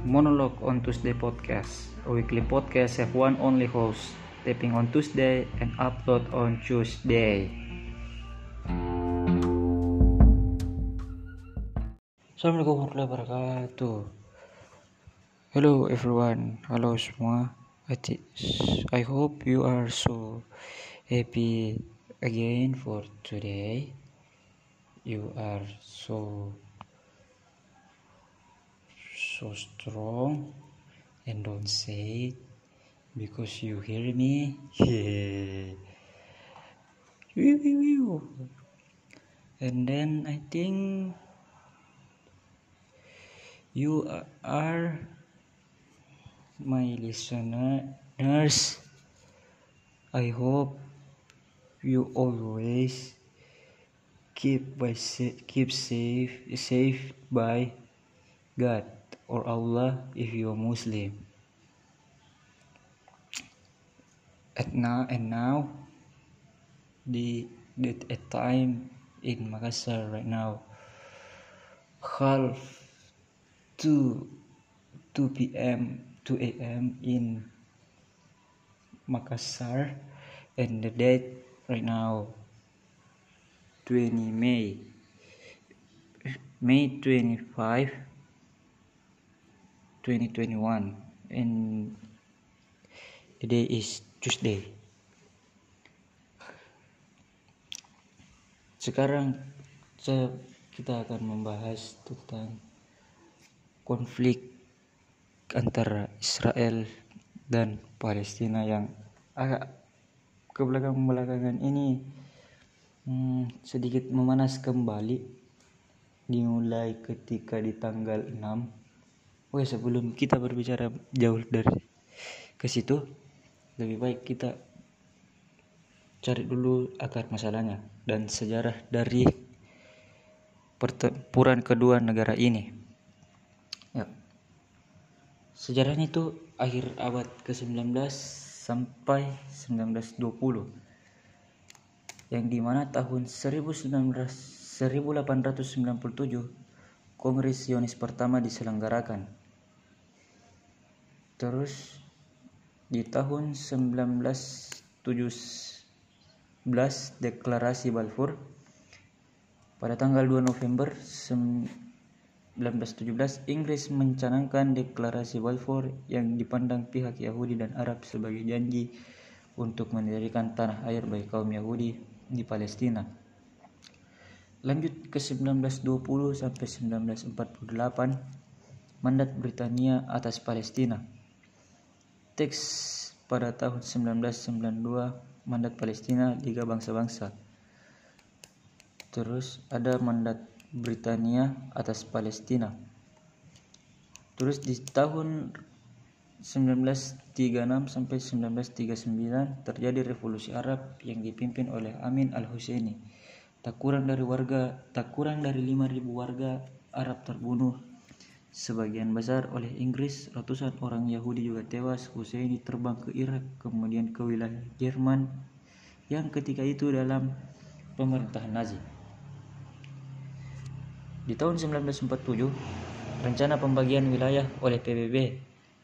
Monologue on Tuesday podcast, a weekly podcast have one only host, taping on Tuesday and upload on Tuesday. Assalamualaikum warahmatullahi wabarakatuh. Hello everyone, halo semua. I hope you are so happy again for today. You are so strong and don't say it because you hear me. And then I think you are my listeners. I hope you always keep safe by God or Allah if you are Muslim. And now the time in Makassar right now, half 2 p.m. 2 a.m. in Makassar, and the date right now 20 May 25 2021, and the day is Tuesday. Sekarang kita akan membahas tentang konflik antara Israel dan Palestina yang agak belakangan ini sedikit memanas kembali, dimulai ketika di tanggal 6. Sebelum kita berbicara jauh dari ke situ, lebih baik kita cari dulu akar masalahnya dan sejarah dari pertempuran kedua negara ini. Sejarahnya itu akhir abad ke-19 sampai 1920, yang dimana tahun 1897 Kongres Zionis pertama diselenggarakan. Terus di tahun 1917 Deklarasi Balfour. Pada tanggal 2 November 1917 Inggris mencanangkan Deklarasi Balfour yang dipandang pihak Yahudi dan Arab sebagai janji untuk mendirikan tanah air bagi kaum Yahudi di Palestina. Lanjut ke 1920 sampai 1948 mandat Britania atas Palestina. Teks pada tahun 1992 mandat Palestina Liga Bangsa-Bangsa. Terus ada mandat Britania atas Palestina. Terus di tahun 1936 sampai 1939 terjadi revolusi Arab yang dipimpin oleh Amin al-Husseini. Tak kurang dari 5.000 warga Arab terbunuh, sebagian besar oleh Inggris. Ratusan orang Yahudi juga tewas. Husseini terbang ke Irak, kemudian ke wilayah Jerman yang ketika itu dalam pemerintahan Nazi. Di tahun 1947 rencana pembagian wilayah oleh PBB.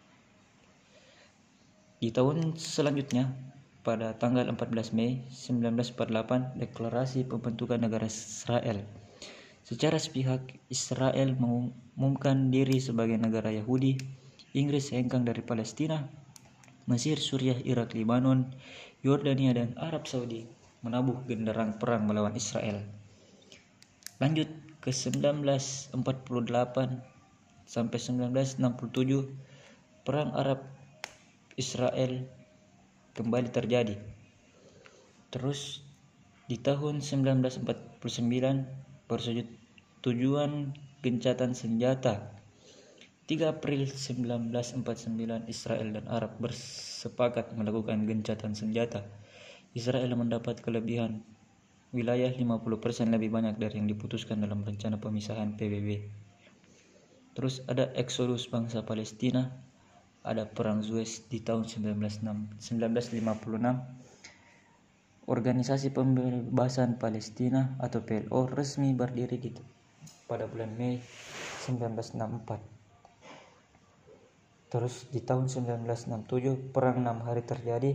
Di tahun selanjutnya pada tanggal 14 Mei 1948 deklarasi pembentukan negara Israel. Secara sepihak Israel mengumumkan diri sebagai negara Yahudi. Inggris hengkang dari Palestina. Mesir, Suriah, Irak, Lebanon, Yordania dan Arab Saudi menabuh genderang perang melawan Israel. Lanjut ke 1948 sampai 1967 perang Arab Israel kembali terjadi. Terus di tahun 1949 persetujuan gencatan senjata. 3 April 1949 Israel dan Arab bersepakat melakukan gencatan senjata. Israel mendapat kelebihan wilayah 50% lebih banyak dari yang diputuskan dalam rencana pemisahan PBB. Terus ada eksodus bangsa Palestina, ada perang Suez di tahun 1956. Organisasi Pembebasan Palestina atau PLO resmi berdiri pada bulan Mei 1964. Terus di tahun 1967 perang 6 hari terjadi.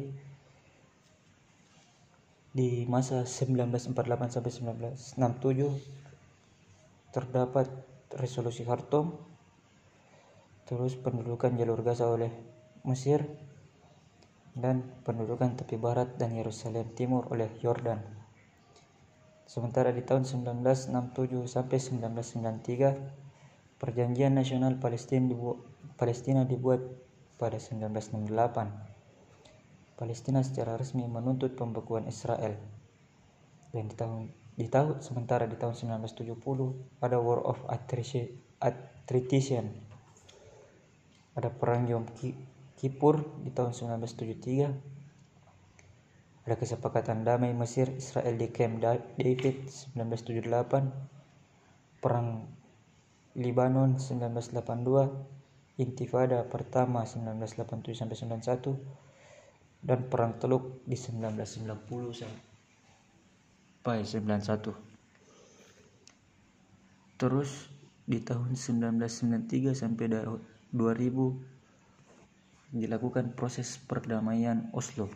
Di masa 1948 sampai 1967 terdapat resolusi Khartoum, terus pendudukan jalur Gaza oleh Mesir, dan pendudukan tepi barat dan Yerusalem Timur oleh Yordan. Sementara di tahun 1967 sampai 1993 Perjanjian Nasional Palestina dibuat pada 1968. Palestina secara resmi menuntut pembekuan Israel. Dan sementara di tahun 1970 ada War of Attrition. Ada perang Yom Kippur di tahun 1973. Ada kesepakatan damai Mesir Israel di Camp David 1978. Perang Lebanon 1982, Intifada pertama 1987 sampai 91, dan perang Teluk di 1990 sampai 91. Terus di tahun 1993 sampai 2000 dilakukan proses perdamaian Oslo.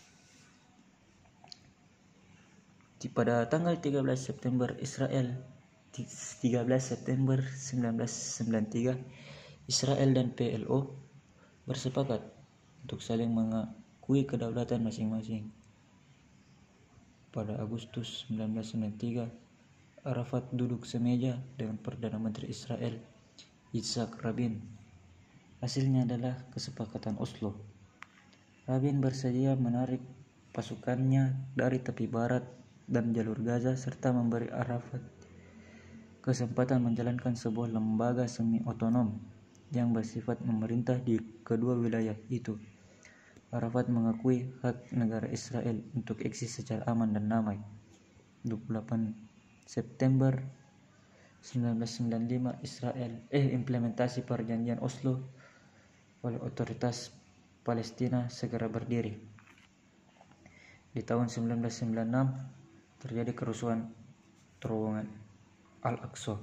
Pada tanggal 13 September 1993 Israel dan PLO bersepakat untuk saling mengakui kedaulatan masing-masing. Pada Agustus 1993 Arafat duduk semeja dengan Perdana Menteri Israel Yitzhak Rabin. Hasilnya adalah kesepakatan Oslo. Rabin bersedia menarik pasukannya dari tepi barat dan jalur Gaza serta memberi Arafat kesempatan menjalankan sebuah lembaga semi-otonom yang bersifat memerintah di kedua wilayah itu. Arafat mengakui hak negara Israel untuk eksis secara aman dan damai. 28 September 1995 implementasi perjanjian Oslo oleh otoritas Palestina segera berdiri. Di tahun 1996 terjadi kerusuhan terowongan Al-Aqsa.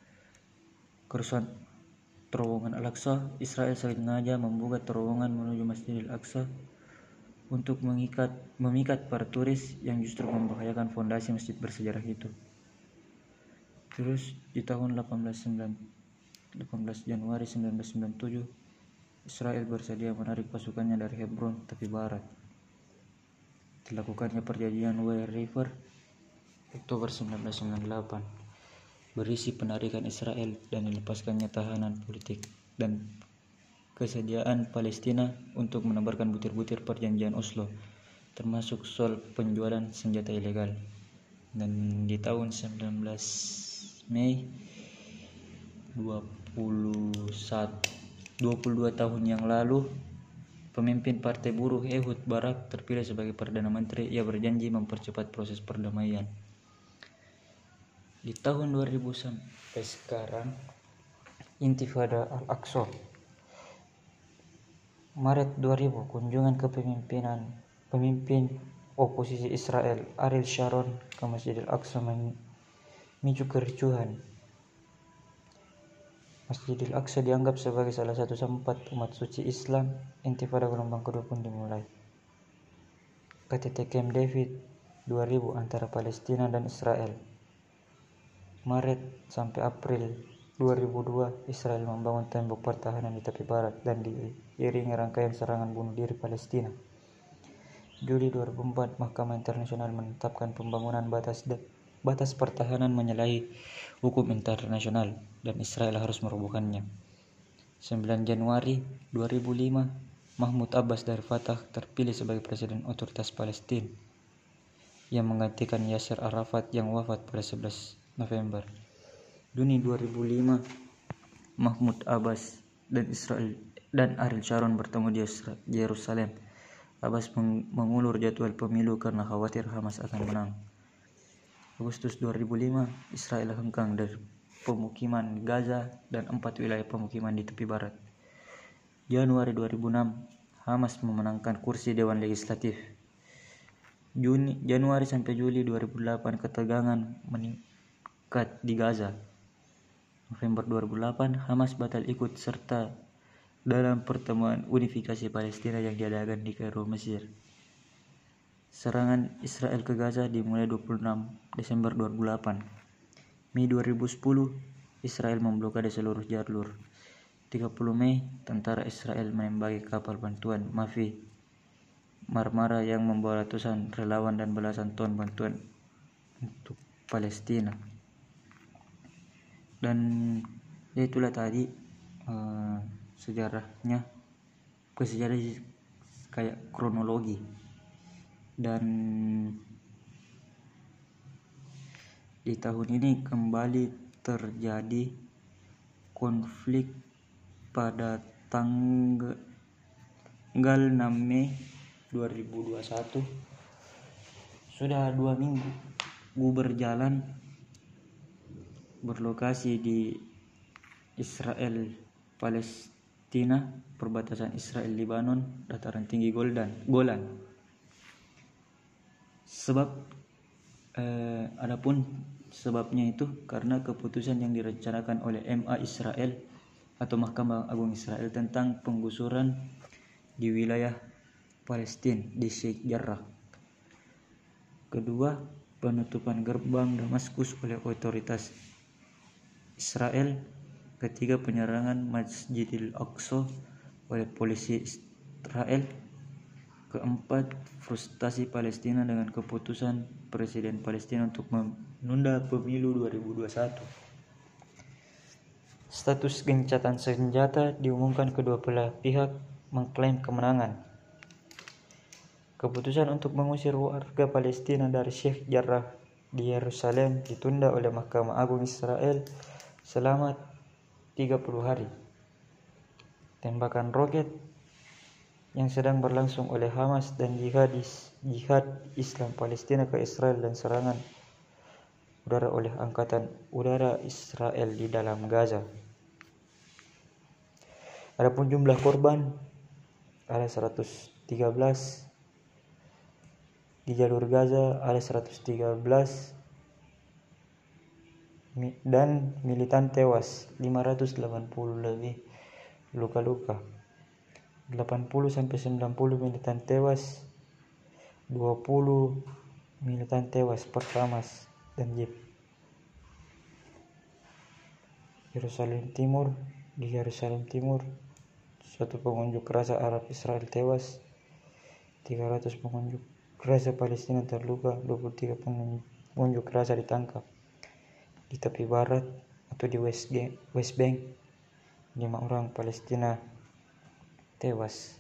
Israel sengaja membuka terowongan menuju Masjidil Aqsa untuk memikat para turis yang justru membahayakan fondasi masjid bersejarah itu. Terus di tahun 18 Januari 1997 Israel bersedia menarik pasukannya dari Hebron tepi barat. Dilakukannya perjanjian Wye River Oktober 1998 berisi penarikan Israel dan dilepaskannya tahanan politik dan kesediaan Palestina untuk menebarkan butir-butir perjanjian Oslo, termasuk soal penjualan senjata ilegal. Dan di tahun 19 Mei 22 tahun yang lalu, pemimpin Partai Buruh Ehud Barak terpilih sebagai Perdana Menteri. Ia berjanji mempercepat proses perdamaian. Di tahun 2000 sampai sekarang, Intifada Al-Aqsa. Maret 2000, kunjungan pemimpin oposisi Israel Ariel Sharon ke Masjidil Aqsa memicu kericuhan. Masjidil Aqsa dianggap sebagai salah satu tempat umat suci Islam. Intifada gelombang kedua pun dimulai. KTT Camp David 2000 antara Palestina dan Israel. Maret sampai April 2002 Israel membangun tembok pertahanan di tepi barat dan diiringi rangkaian serangan bunuh diri Palestina. Juli 2004 Mahkamah Internasional menetapkan pembangunan batas pertahanan menyalahi hukum internasional dan Israel harus merobohkannya. 9 Januari 2005 Mahmud Abbas dari Fatah terpilih sebagai Presiden Otoritas Palestina yang menggantikan Yasser Arafat yang wafat pada 11 November. Juni 2005 Mahmud Abbas dan Ariel Sharon bertemu di Yerusalem. Abbas mengulur jadwal pemilu karena khawatir Hamas akan menang. Agustus 2005 Israel hengkang dari pemukiman Gaza dan 4 wilayah pemukiman di tepi barat. Januari 2006 Hamas memenangkan kursi Dewan Legislatif. Januari sampai Juli 2008 ketegangan meningkat di Gaza. November 2008 Hamas batal ikut serta dalam pertemuan unifikasi Palestina yang diadakan di Kairo, Mesir. Serangan Israel ke Gaza dimulai 26 Desember 2008. Mei 2010, Israel memblokade seluruh jalur. 30 Mei, tentara Israel menembaki kapal bantuan Mavi Marmara yang membawa ratusan relawan dan belasan ton bantuan untuk Palestina. Dan ya itulah tadi sejarahnya, sejarah kayak kronologi. Dan di tahun ini kembali terjadi konflik pada tanggal 6 Mei 2021. Sudah 2 minggu berjalan, berlokasi di Israel Palestina, perbatasan Israel Lebanon, dataran tinggi Golan. Sebab adapun sebabnya itu karena keputusan yang direncanakan oleh MA Israel atau Mahkamah Agung Israel tentang penggusuran di wilayah Palestina di Sheikh Jarrah. Kedua, penutupan gerbang Damaskus oleh otoritas Israel. Ketiga, penyerangan Masjidil Aqsa oleh polisi Israel. Keempat, frustasi Palestina dengan keputusan Presiden Palestina untuk menunda pemilu 2021. Status gencatan senjata diumumkan, kedua belah pihak mengklaim kemenangan. Keputusan untuk mengusir warga Palestina dari Sheikh Jarrah di Yerusalem ditunda oleh Mahkamah Agung Israel selama 30 hari. Tembakan roket yang sedang berlangsung oleh Hamas dan Jihad Islam Palestina ke Israel dan serangan udara oleh Angkatan Udara Israel di dalam Gaza. Adapun jumlah korban ada 113 di jalur Gaza, ada 113 dan militan tewas, 580 lebih luka-luka. 80-90 militan tewas, 20 militan tewas per Hamas dan JIP. Di Yerusalem Timur, satu pengunjuk rasa Arab Israel tewas, 300 pengunjuk rasa Palestina terluka, 23 pengunjuk rasa ditangkap. Di tepi barat atau di West Bank, 5 orang Palestina tewas.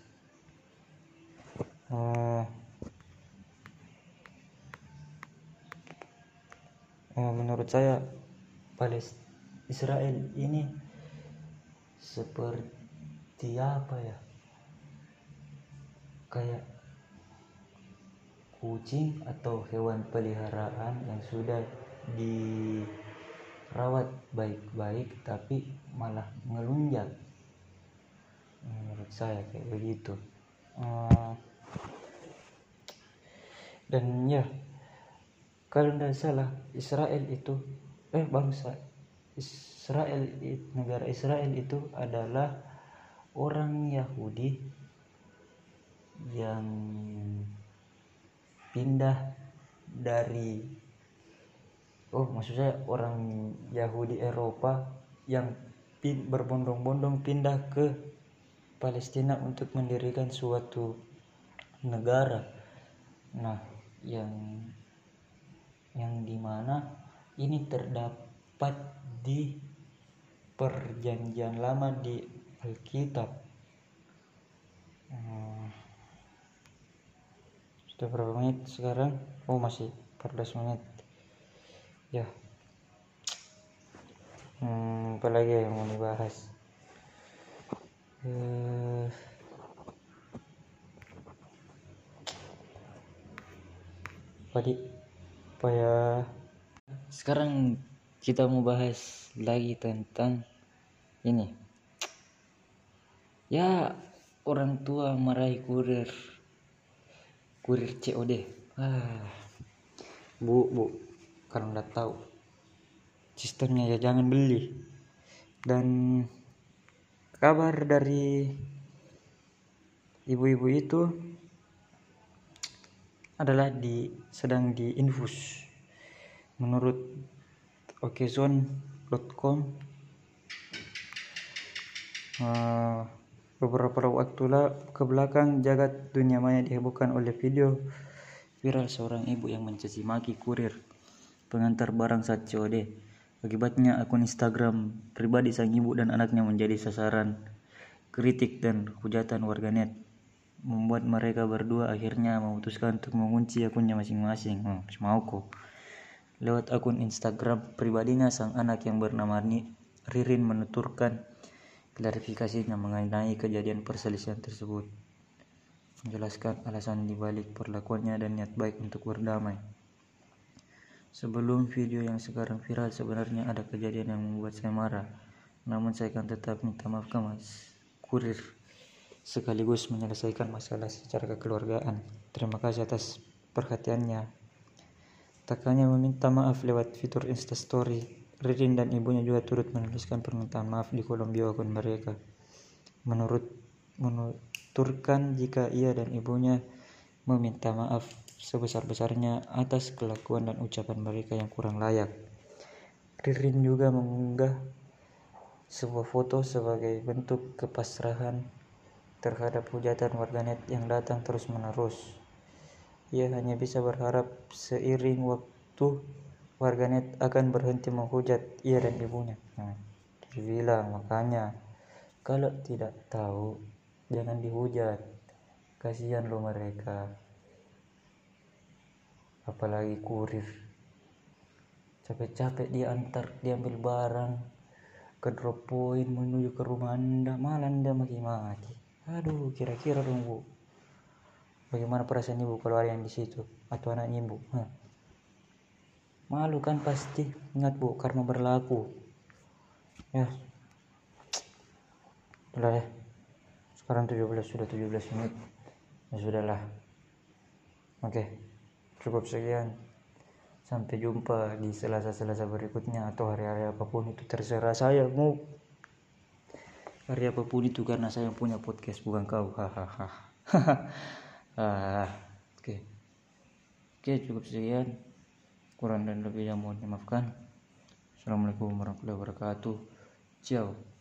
Menurut saya Israel ini seperti apa ya, kayak kucing atau hewan peliharaan yang sudah dirawat baik-baik tapi malah ngelunjak. Menurut saya kayak begitu. Dan ya, kalau tidak salah Israel itu negara Israel itu adalah orang Yahudi yang pindah dari maksud saya orang Yahudi Eropa yang berbondong-bondong pindah ke Palestina untuk mendirikan suatu negara. Nah, yang dimana ini terdapat di perjanjian lama di Alkitab. Sudah berapa menit sekarang? Masih 14 menit ya. Apalagi yang mau dibahas? Sekarang kita mau bahas lagi tentang ini ya, orang tua marahi kurir COD. Bu, kalau nggak tahu sistemnya ya jangan beli. Dan kabar dari ibu-ibu itu adalah sedang diinfus. Menurut okezone.com, beberapa waktu ke belakang jagat dunia maya dihebohkan oleh video viral seorang ibu yang mencaci maki kurir pengantar barang saat COD. Akibatnya akun Instagram pribadi sang ibu dan anaknya menjadi sasaran kritik dan hujatan warganet, membuat mereka berdua akhirnya memutuskan untuk mengunci akunnya masing-masing. Semauku. Lewat akun Instagram pribadinya, sang anak yang bernama Ririn menuturkan klarifikasinya mengenai kejadian perselisihan tersebut, menjelaskan alasan dibalik perlakuannya dan niat baik untuk berdamai. Sebelum video yang sekarang viral, sebenarnya ada kejadian yang membuat saya marah, namun saya akan tetap minta maaf ke Mas Kurir sekaligus menyelesaikan masalah secara kekeluargaan. Terima kasih atas perhatiannya. Tak hanya meminta maaf lewat fitur Instastory, Ririn dan ibunya juga turut menuliskan permintaan maaf di kolom bio akun mereka. Menuturkan jika ia dan ibunya meminta maaf sebesar-besarnya atas kelakuan dan ucapan mereka yang kurang layak. Ririn juga mengunggah sebuah foto sebagai bentuk kepasrahan terhadap hujatan warganet yang datang terus-menerus. Ia hanya bisa berharap seiring waktu warganet akan berhenti menghujat ia dan ibunya. Dibilang makanya kalau tidak tahu jangan dihujat, kasihan lo mereka, apalagi kurir capek-capek diambil barang ke drop point menuju ke rumah Anda, malah Anda maki-maki. Aduh, kira-kira dong Bu, bagaimana perasaan ibu kalau ada yang di situ atau anak ibu? Malu kan pasti. Ingat Bu, karma berlaku. Ya, udah deh. Sekarang sudah 17 menit. Ya sudahlah. Oke, cukup sekian. Sampai jumpa di Selasa-Selasa berikutnya atau hari-hari apapun itu, terserah saya mau hari apapun itu, karena saya punya podcast bukan kau. Hahaha. Oke, cukup sekian. Kurang dan lebihnya mohon dimaafkan. Assalamualaikum warahmatullahi wabarakatuh. Ciao.